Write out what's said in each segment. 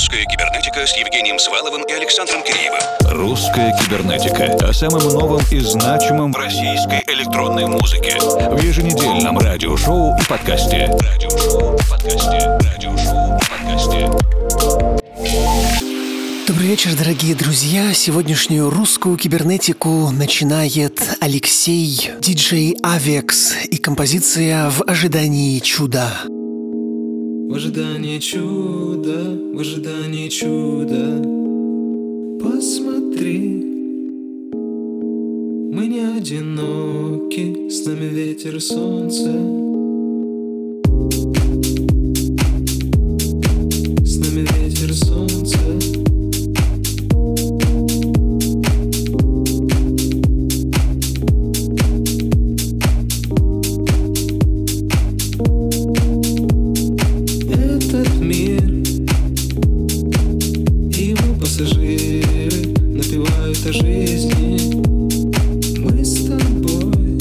«Русская кибернетика» с Евгением Сваловым и Александром Киреевым. «Русская кибернетика» о самом новом и значимом в российской электронной музыке. В еженедельном радиошоу и подкасте. Добрый вечер, дорогие друзья. Сегодняшнюю русскую кибернетику начинает Алексей, диджей Avex и композиция «В ожидании чуда». В ожидании чуда, в ожидании чуда. Посмотри, мы не одиноки, с нами ветер и солнце. С нами ветер и солнце. Напевают о жизни. Мы с тобой,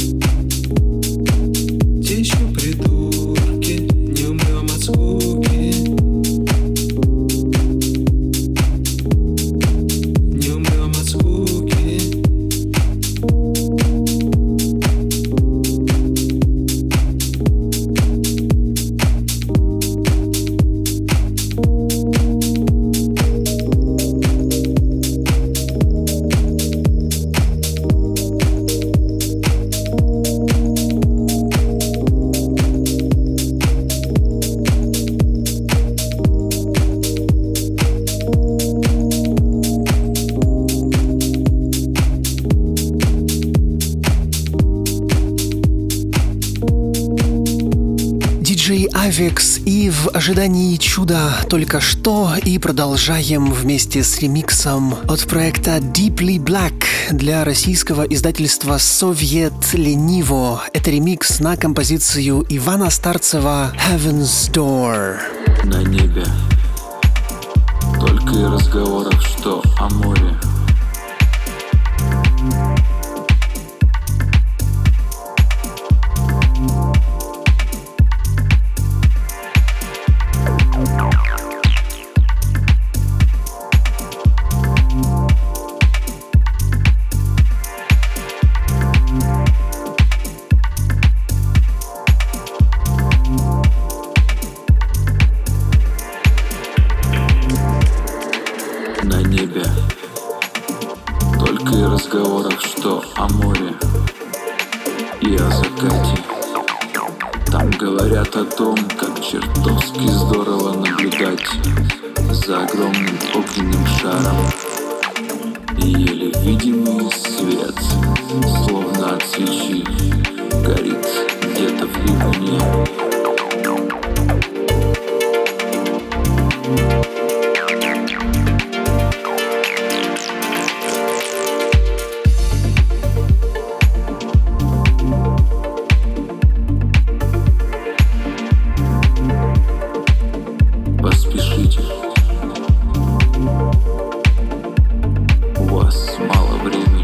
те еще придурки, не умрем от скуки. Не умрем от скуки. Avex и «В ожидании чуда» только что, и продолжаем вместе с ремиксом от проекта Deeply Black для российского издательства Soviet Lenivo. Это ремикс на композицию Ивана Старцева «Heaven's Door». На небе только и разговоров, что о море. На небе только и разговоров, что о море и о закате. Там говорят о том, как чертовски здорово наблюдать за огромным огненным шаром. И еле видимый свет, словно от свечи, горит где-то в глубине. Поспешите. У вас мало времени.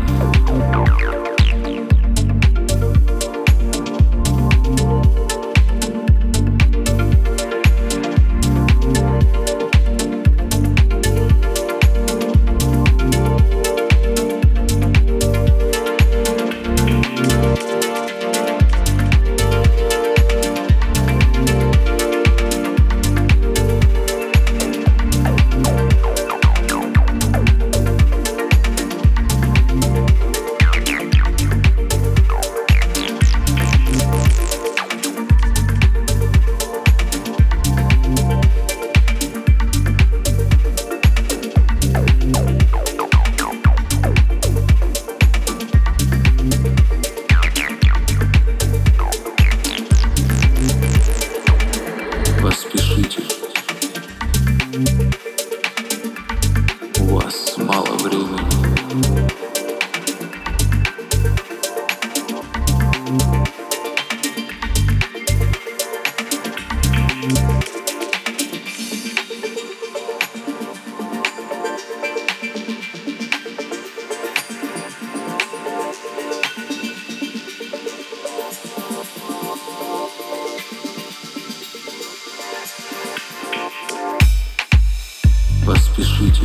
Поспешите.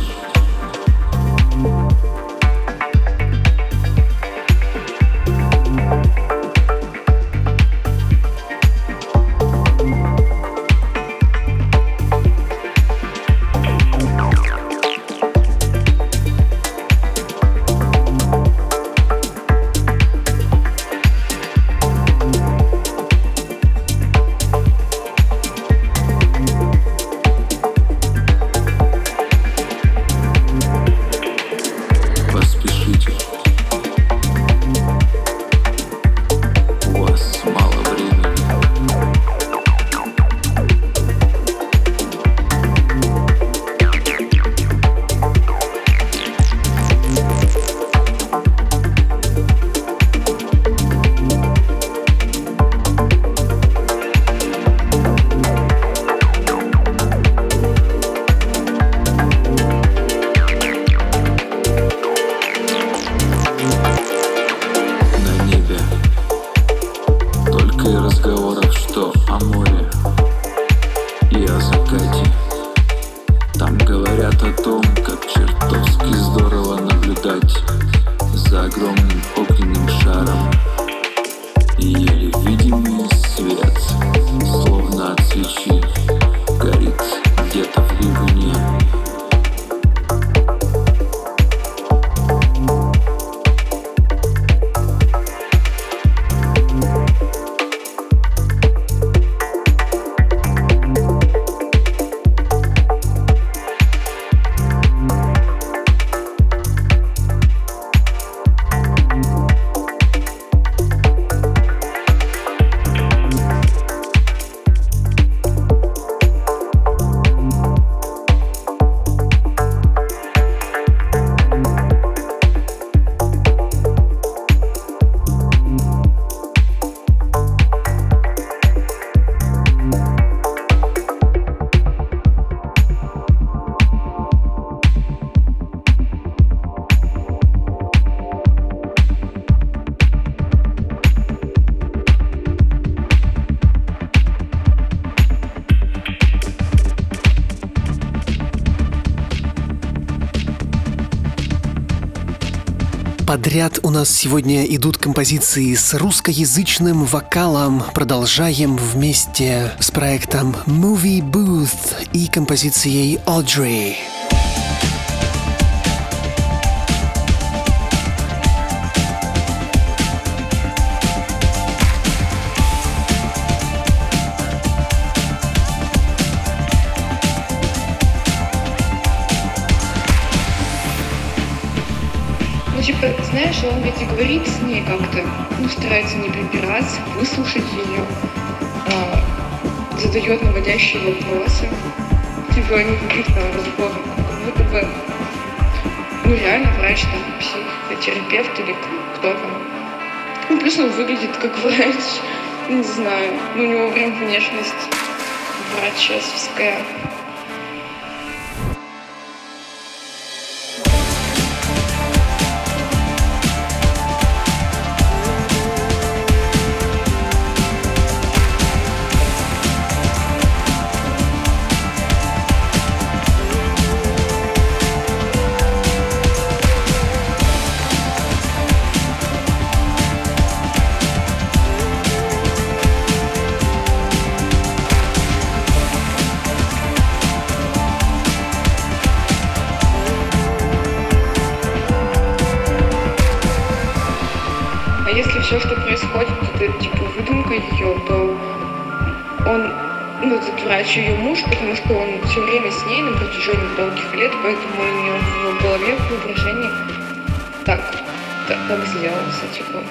Подряд у нас сегодня идут композиции с русскоязычным вокалом. Продолжаем вместе с проектом Movie Booth и композицией Audrey. Типа, знаешь, он ведь и говорит с ней как-то, старается не припираться, выслушать ее, задает наводящие вопросы, типа не каких-то разборок, как будто бы, реально врач, там, психотерапевт или кто там. Плюс он выглядит как врач, не знаю, у него прям внешность врачевская. Если все, что происходит, это типа выдумка ее, то он, этот врач ее муж, потому что он все время с ней на протяжении долгих лет, поэтому у нее в голове, в воображении так сделался, типа.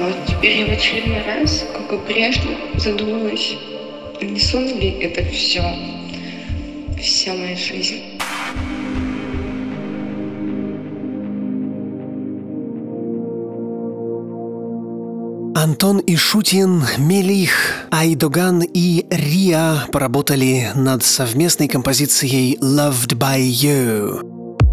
вот теперь я в очередной раз, как и прежде, задумалась, не сон ли это вся моя жизнь. Антон Ишутин, Мелих, Айдоган и Риа поработали над совместной композицией «Loved by You».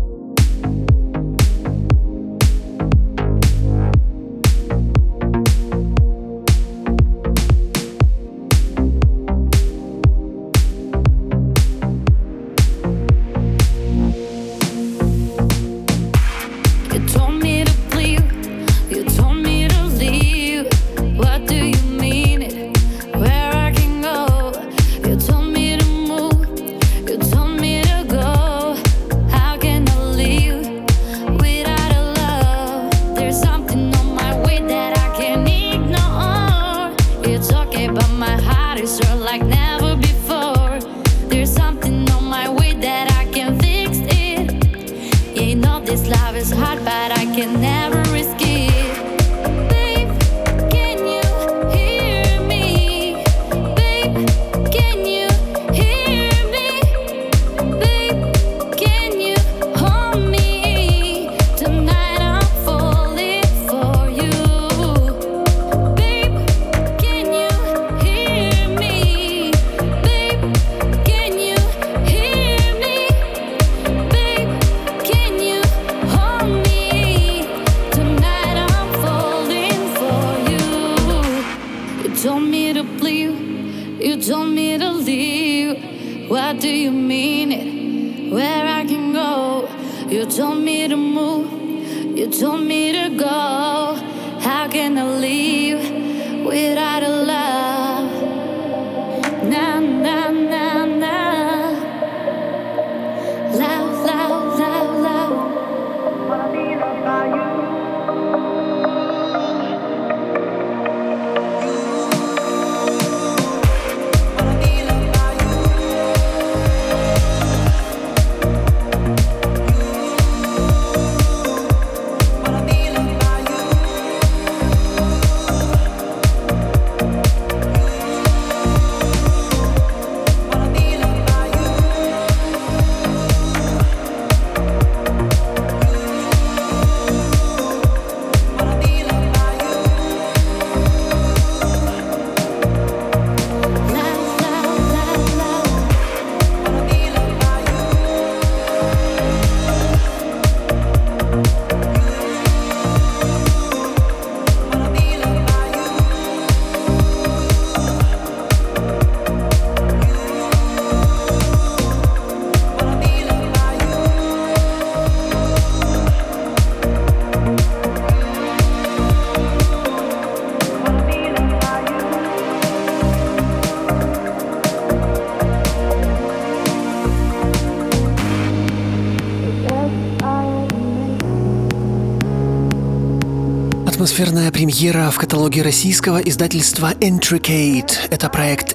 Атмосферная премьера в каталоге российского издательства Intricate. Это проект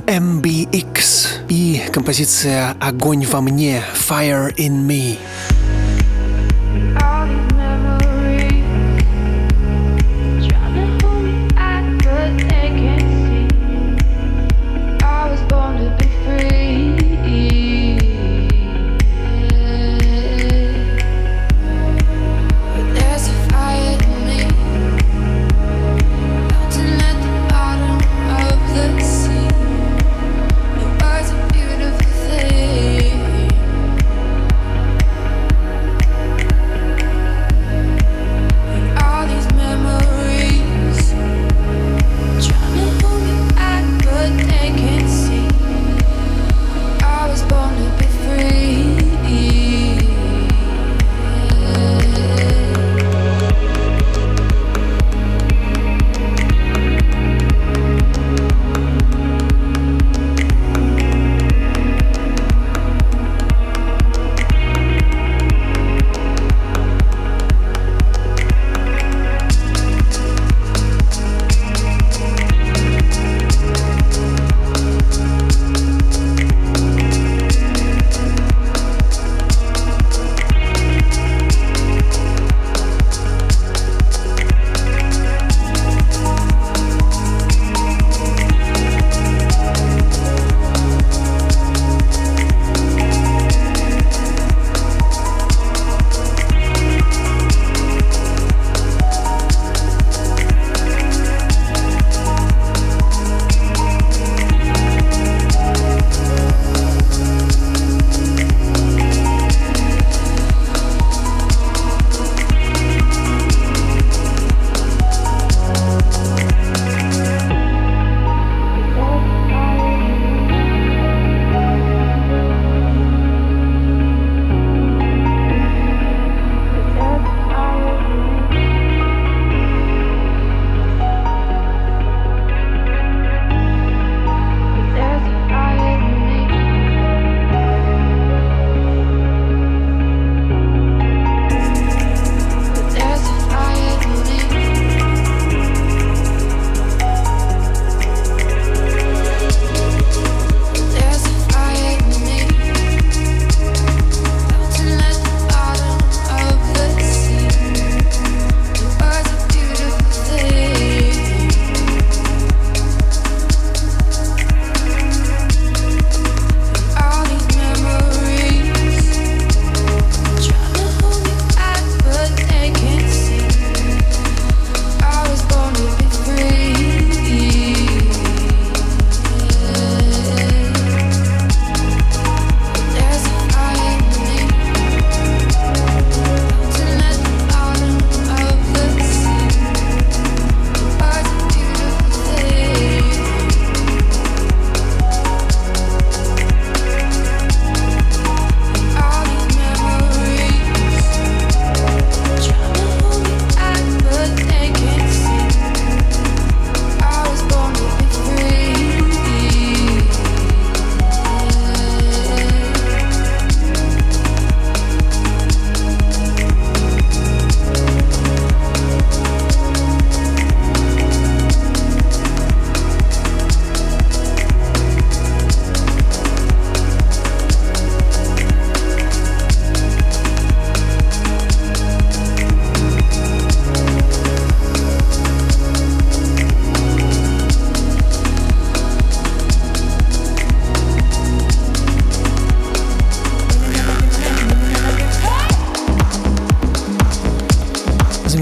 MBX и композиция «Огонь во мне» «Fire in me».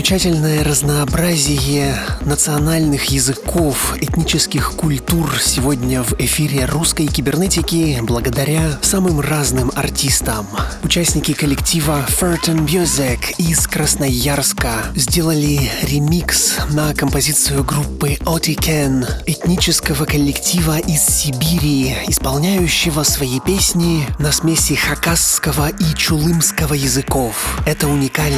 Замечательное разнообразие национальных языков, этнических культур сегодня в эфире русской кибернетики благодаря самым разным артистам. Участники коллектива Fertin Music из Красноярска сделали ремикс на композицию группы Otiken, этнического коллектива из Сибири, исполняющего свои песни на смеси хакасского и чулымского языков. Это уникально.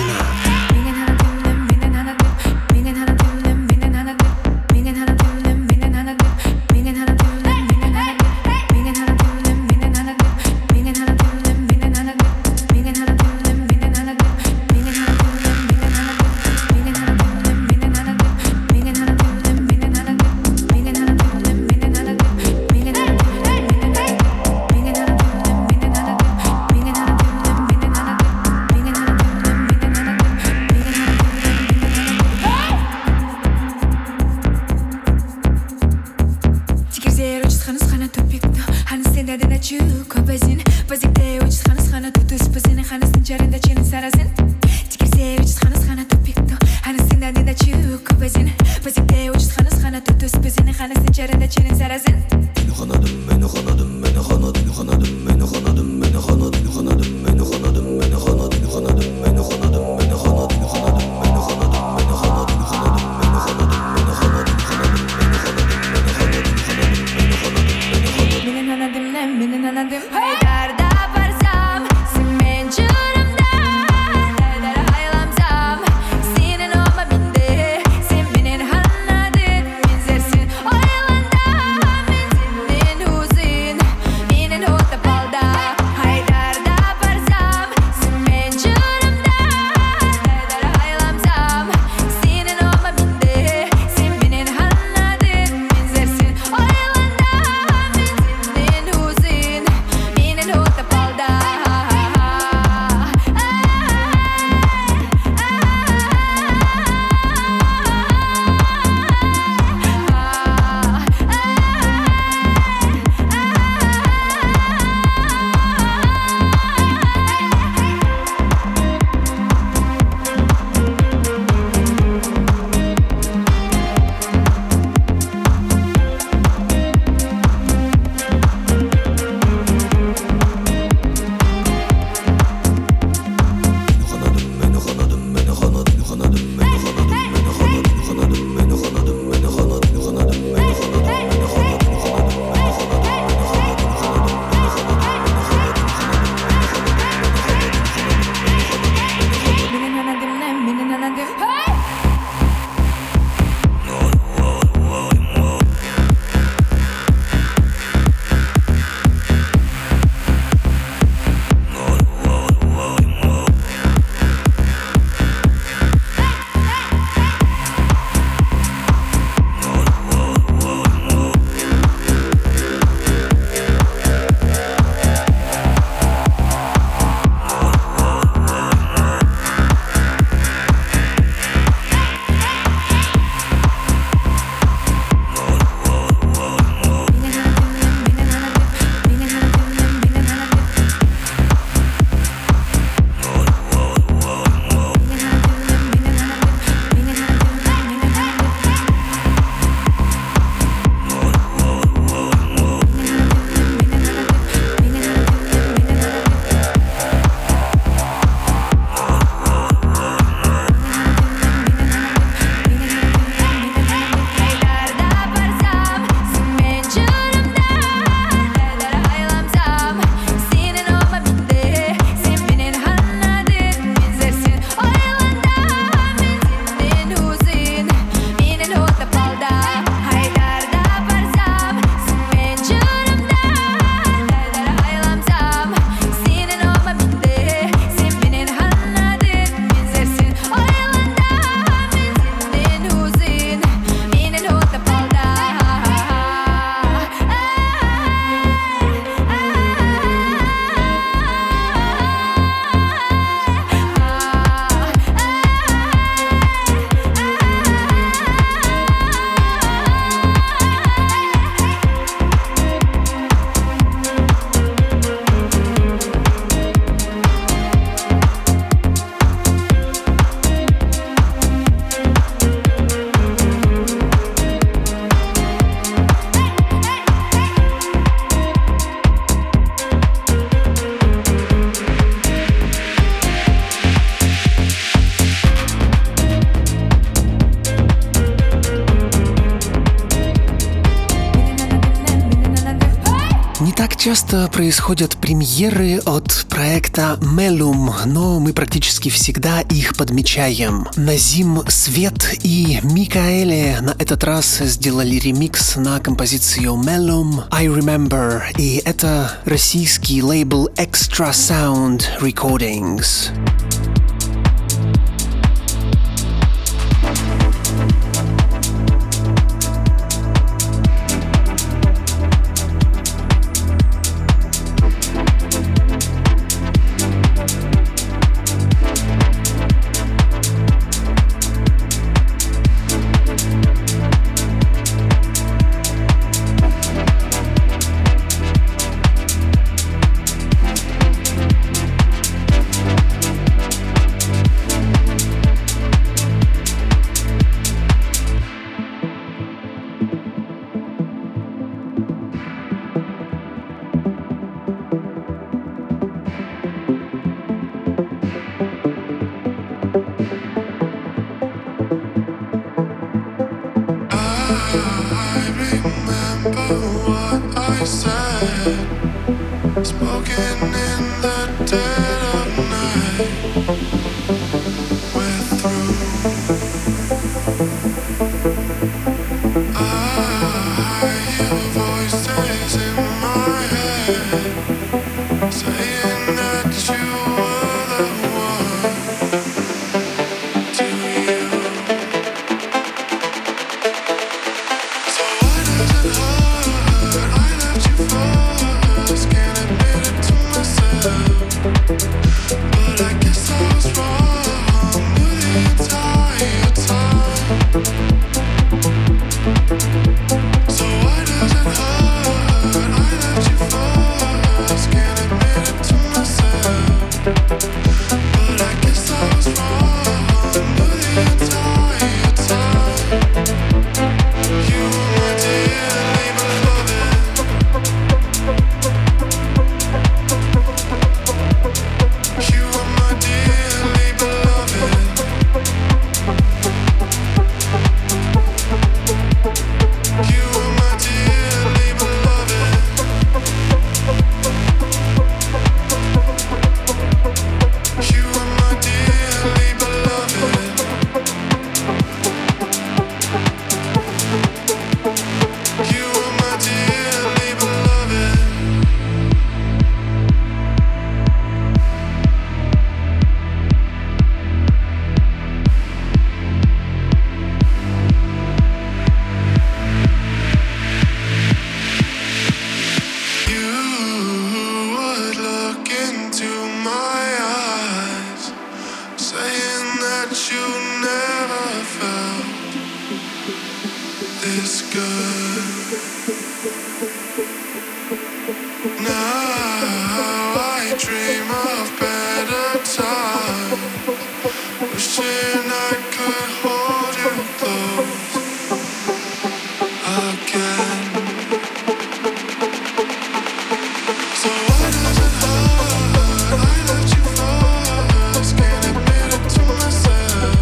часто происходят премьеры от проекта Melum, но мы практически всегда их подмечаем. Назим Свет и Микаэле на этот раз сделали ремикс на композицию Melum I Remember, и это российский лейбл Extra Sound Recordings.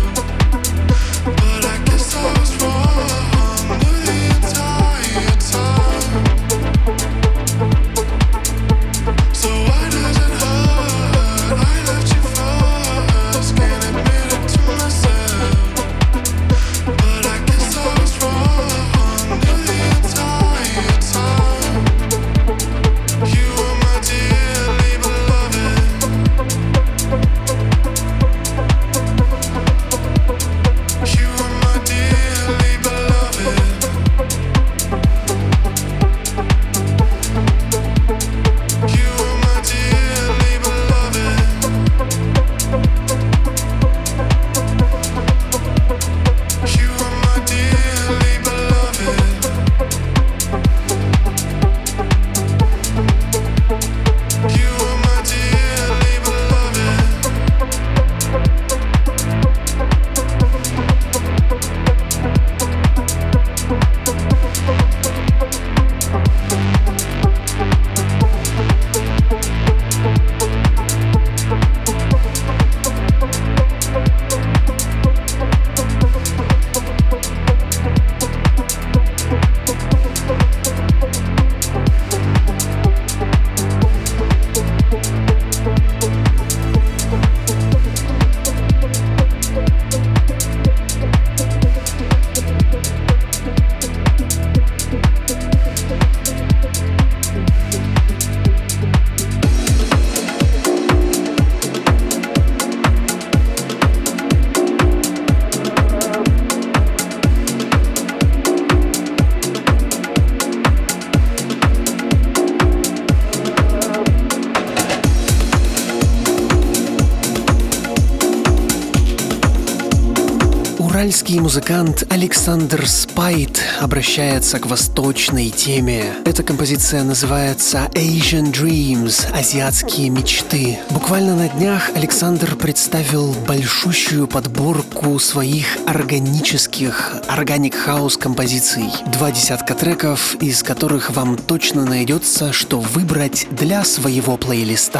Time Уральский музыкант Александр Спайт обращается к восточной теме. Эта композиция называется Asian Dreams – «Азиатские мечты». Буквально на днях Александр представил большущую подборку своих органических органик хаус композиций. 20 треков, из которых вам точно найдется, что выбрать для своего плейлиста.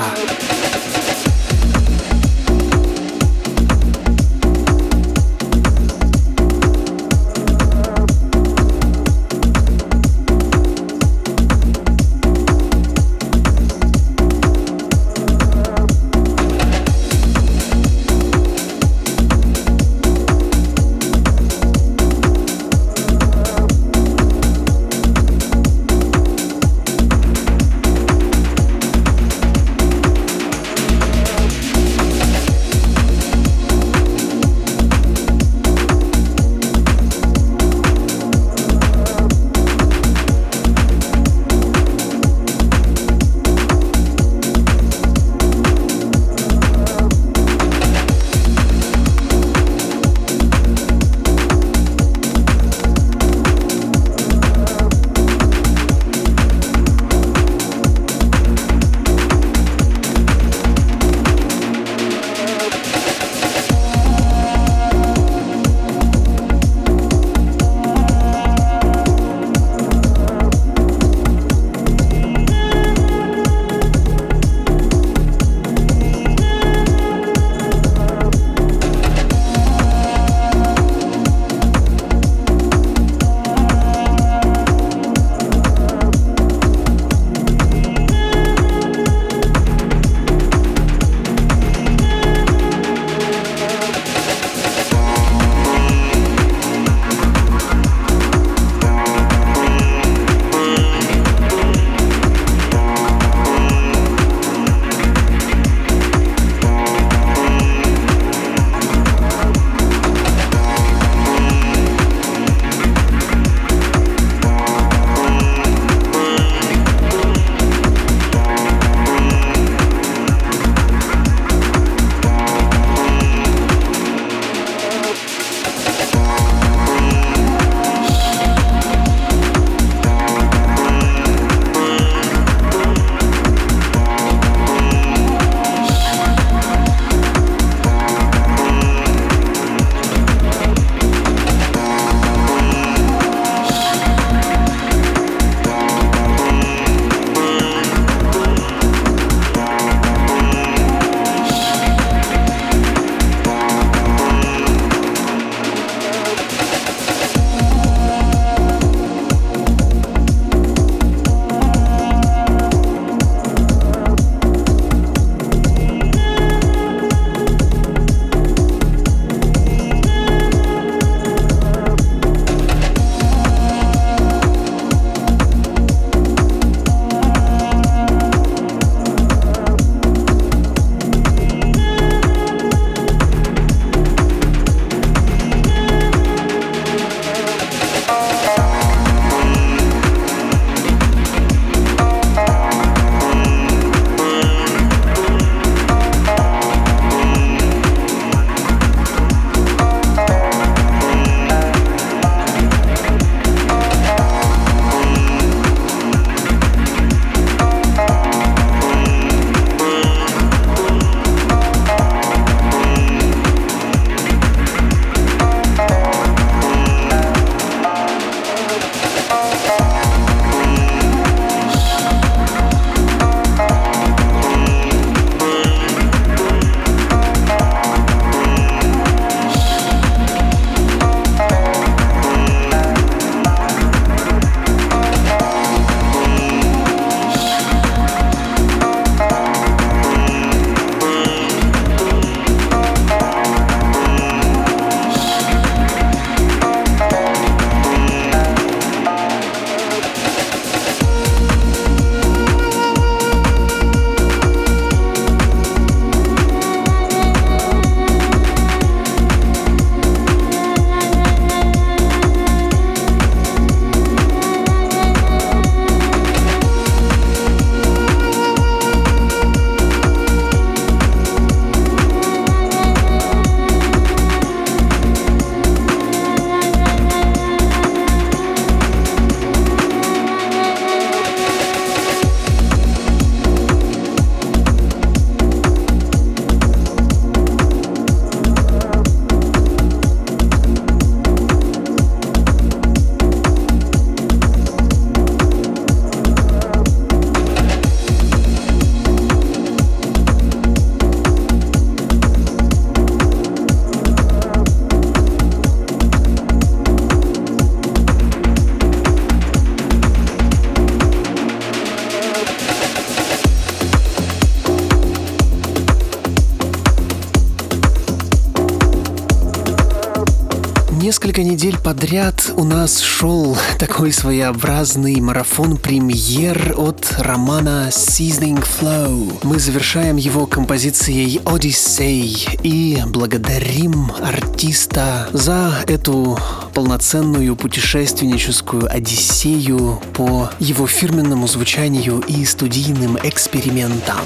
Несколько недель подряд у нас шел такой своеобразный марафон премьер от Романа Seasoning Flow. Мы завершаем его композицией Odyssey и благодарим артиста за эту полноценную путешественническую одиссею по его фирменному звучанию и студийным экспериментам.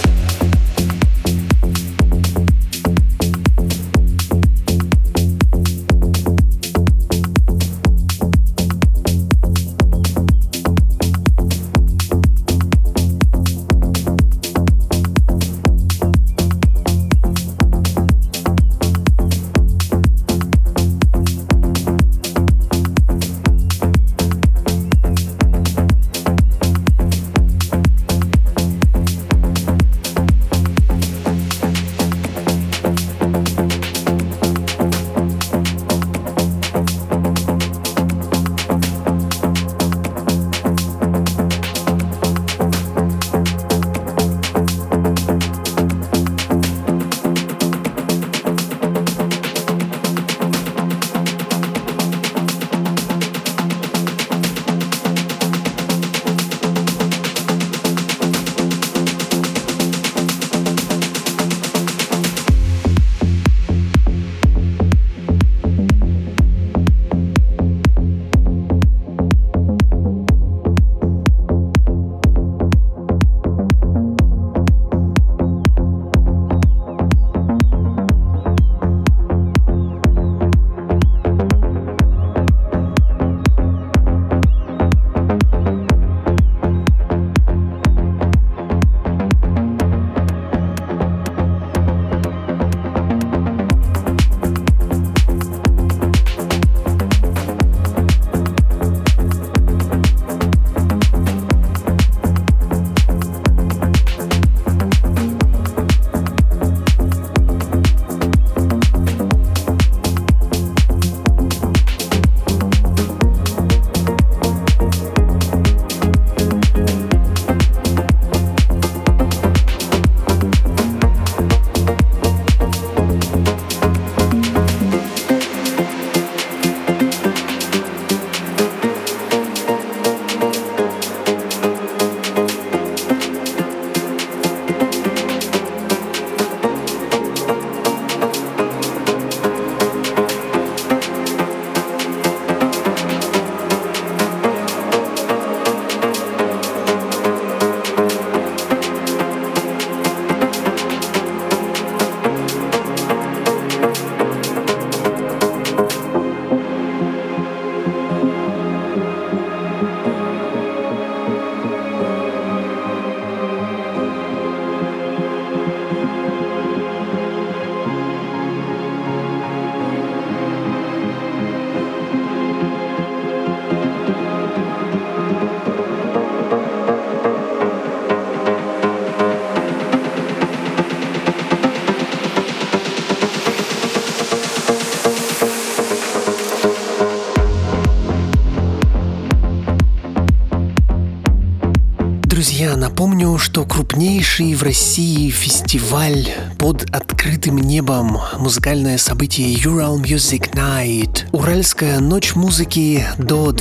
Друзья, напомню, что крупнейший в России фестиваль под открытым небом, музыкальное событие Ural Music Night, Уральская ночь музыки до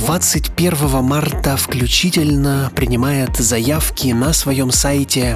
21 марта включительно принимает заявки на своем сайте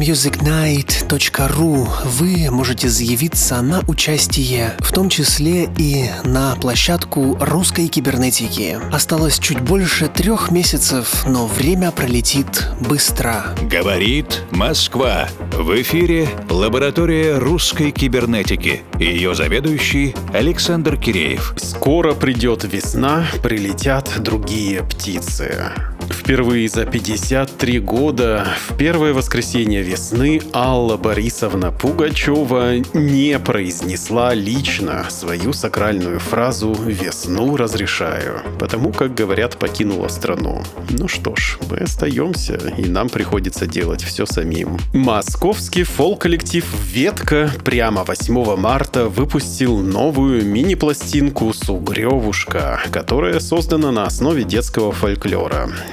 uralmusicnight.ru. Вы можете заявиться на участие, в том числе и на площадку русской кибернетики. Осталось чуть больше 3 месяцев, но время пролетит быстро. Говорит Москва. В эфире лаборатория русской кибернетики. Ее заведующий Александр Киреев. Скоро придет весна, прилетят другие птицы. Впервые за 53 года в первое воскресенье весны Алла Борисовна Пугачева не произнесла лично свою сакральную фразу «Весну разрешаю», потому как, говорят, покинула страну. Ну что ж, мы остаемся, и нам приходится делать все самим. Московский фолк-коллектив «Ветка» прямо 8 марта выпустил новую мини-пластинку «Сугревушка», которая создана на основе детского фольклора.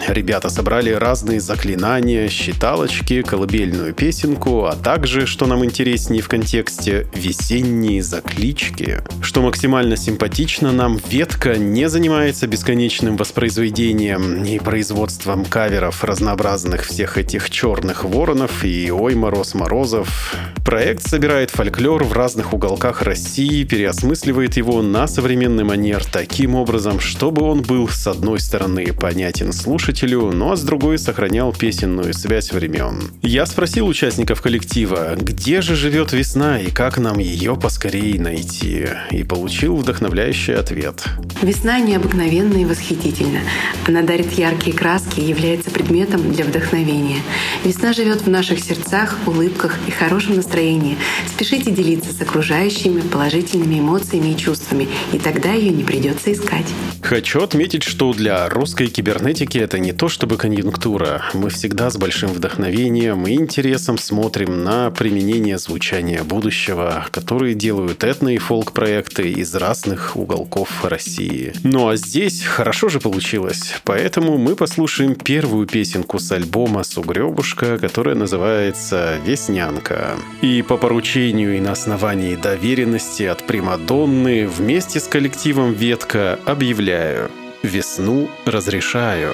Ребята собрали разные заклинания, считалочки, колыбельную песенку, а также, что нам интереснее в контексте, весенние заклички. Что максимально симпатично нам, ветка не занимается бесконечным воспроизведением и производством каверов разнообразных всех этих черных воронов и «Ой, мороз морозов». Проект собирает фольклор в разных уголках России, переосмысливает его на современный манер таким образом, чтобы он был, с одной стороны, понятен слушателю, но с другой сохранял песенную связь времен. Я спросил участников коллектива, где же живет весна и как нам ее поскорее найти, и получил вдохновляющий ответ. Весна необыкновенна и восхитительна. Она дарит яркие краски и является предметом для вдохновения. Весна живет в наших сердцах, улыбках и хорошем настроении. Спешите делиться с окружающими положительными эмоциями и чувствами, и тогда ее не придется искать. Хочу отметить, что для русской кибернетики это не то чтобы конъюнктура. Мы всегда с большим вдохновением и интересом смотрим на применение звучания будущего, которые делают этно- и фолк-проекты из разных уголков России. Ну а здесь хорошо же получилось. Поэтому мы послушаем первую песенку с альбома «Сугребушка», которая называется «Веснянка». И по поручению и на основании доверенности от Примадонны вместе с коллективом «Ветка» объявляю: весну разрешаю.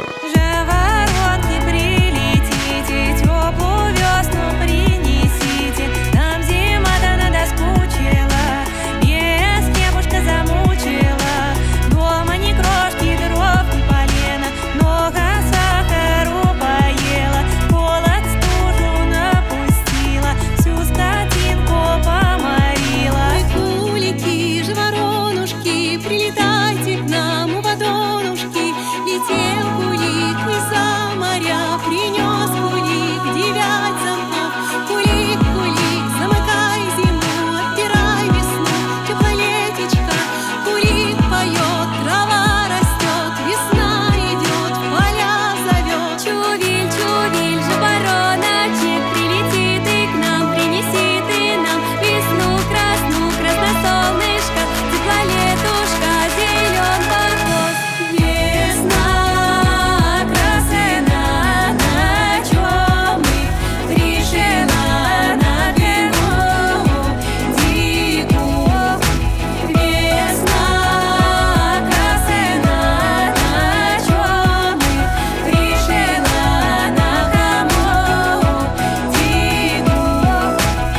Прилетайте к нам, у водонушки, летел кулик из-за моря, принес кулик 9 замков. Кулик, кулик, замыкай зиму, отпирай весну, теплолетечко. Кулик поет, трава растет, весна идет, в поля зовет. Чувиль, чувиль, жавороночек, прилети ты к нам, принеси ты нам весну красную, красносолнышко, теплолетушка, зелен покос. Весна красена, на чем мы решила на вину дику. Весна красена, на чем мы решила на кому дику.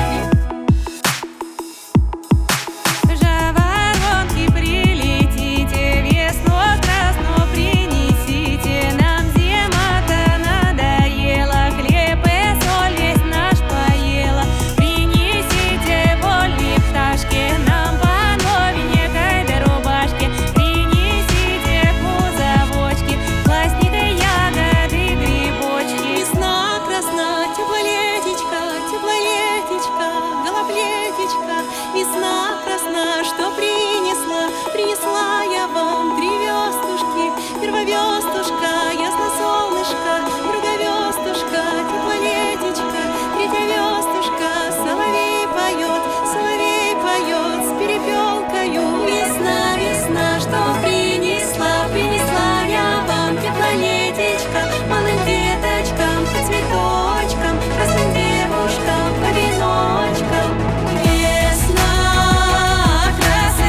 Жаворонки, прилетите, весну красную принесите. Нам зима-то надоела, хлеб и соль весь наш поела. Принесите вольные пташки, нам по новенькой до рубашки. Принесите кузовочки, классненькой ягоды, грибочки. Весна красна, теплолетечка, теплолетечка, голоблетечка. Весна красна, что принесла, принесла я вам 3 вестушки. Первовестушка, ясно солнышко, друговестушка, теплолетечка, 3-я вестушка. Соловей поет, с перепелкою. Весна, весна, что принесла, принесла я вам теплолетечка. Малым веточкам, по цветочкам, красным девушкам, по веночкам. Весна красна.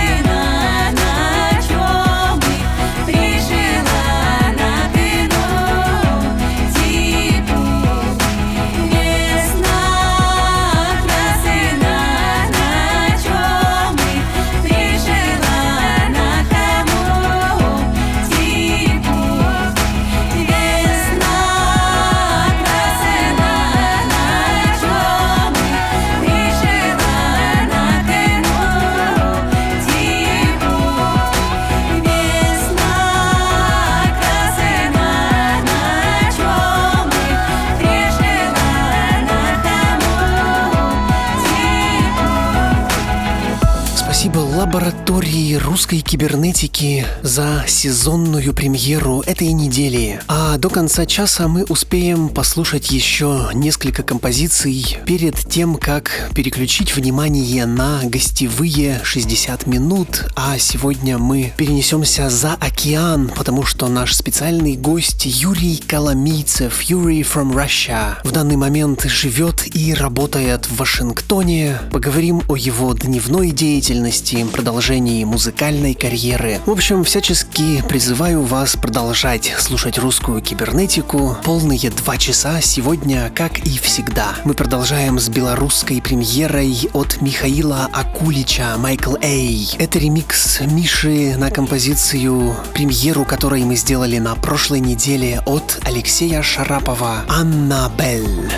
Спасибо лаборатории русской кибернетики за сезонную премьеру этой недели. А до конца часа мы успеем послушать еще несколько композиций перед тем, как переключить внимание на гостевые 60 минут. А сегодня мы перенесемся за океан, потому что наш специальный гость Юрий Коломийцев, Юрий from Russia, в данный момент живет и работает в Вашингтоне. Поговорим о его дневной деятельности, продолжении музыкальной карьеры. В общем, всячески призываю вас продолжать слушать русскую кибернетику. Полные 2 часа сегодня, как и всегда. Мы продолжаем с белорусской премьерой от Михаила Акулича «Майкл Эй». Это ремикс Миши на композицию, премьеру которой мы сделали на прошлой неделе от Алексея Шарапова «Аннабель».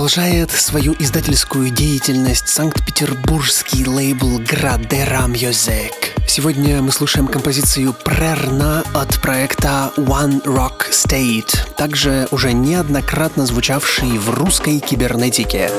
Продолжает свою издательскую деятельность санкт-петербургский лейбл Gradera Music. Сегодня мы слушаем композицию «Прерна» от проекта One Rock State, также уже неоднократно звучавший в русской кибернетике.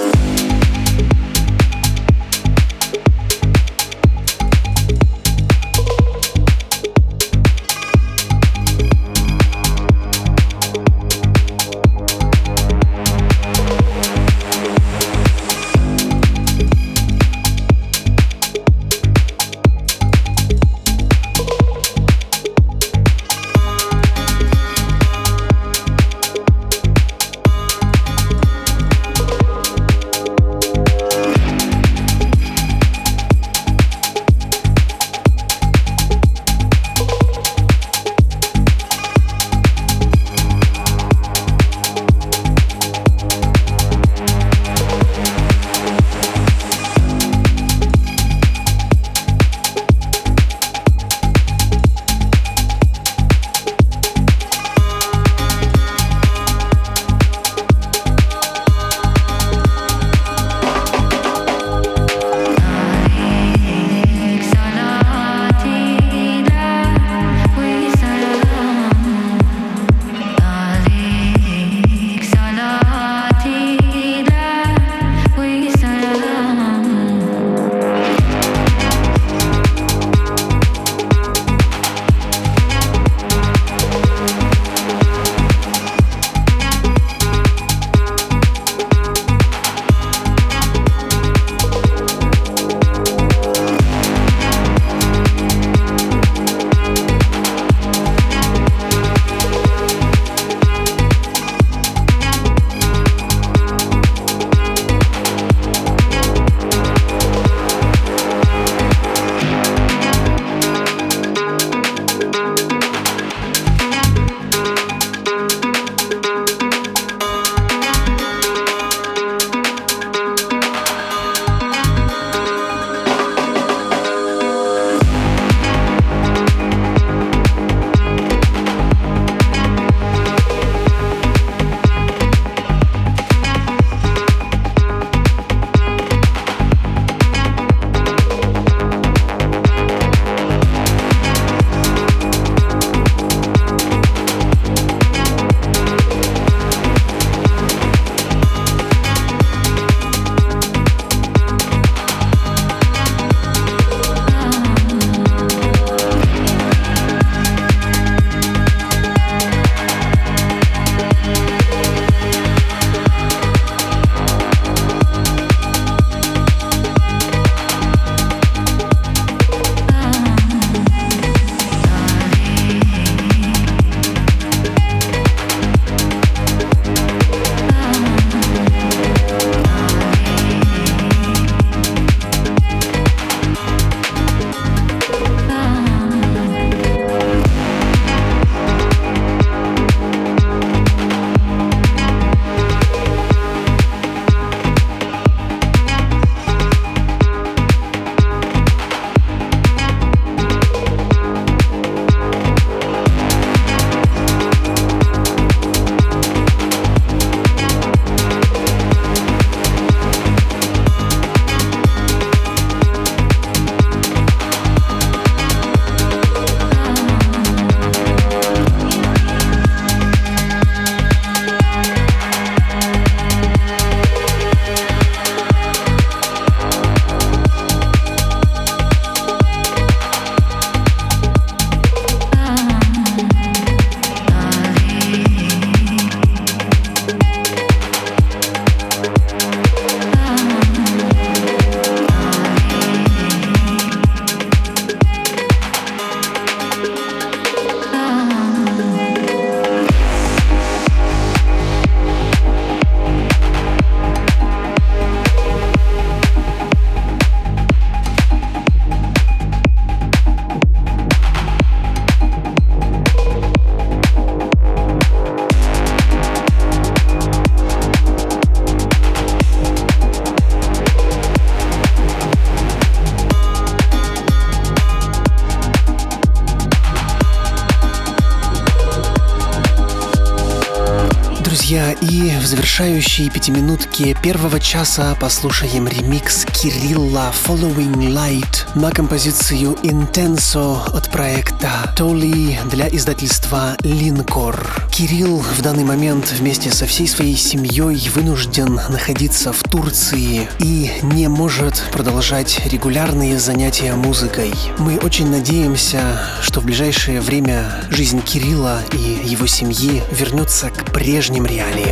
И в завершающей пятиминутке первого часа послушаем ремикс Кирилла Following Light на композицию Intenso от проекта Toly для издательства Linkor. Кирилл в данный момент вместе со всей своей семьей вынужден находиться в Турции и не может продолжать регулярные занятия музыкой. Мы очень надеемся, что в ближайшее время жизнь Кирилла и его семьи вернется к прежним реалиям.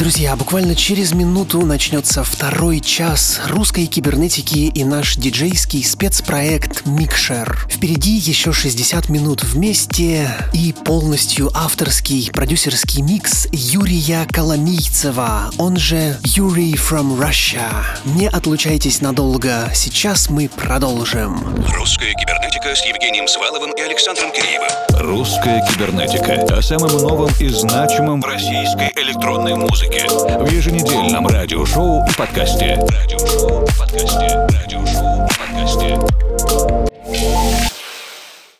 Друзья, буквально через минуту начнется второй час русской кибернетики и наш диджейский спецпроект «Микшер». Впереди еще 60 минут вместе и полностью авторский продюсерский микс Юрия Коломийцева, он же Yuri from Russia. Не отлучайтесь надолго, сейчас мы продолжим. Русская кибернетика с Евгением Сваловым и Александром Киреевым. Русская кибернетика. О самом новом и значимом в российской электронной музыке. В еженедельном радиошоу и подкасте. Радиошоу и подкасте.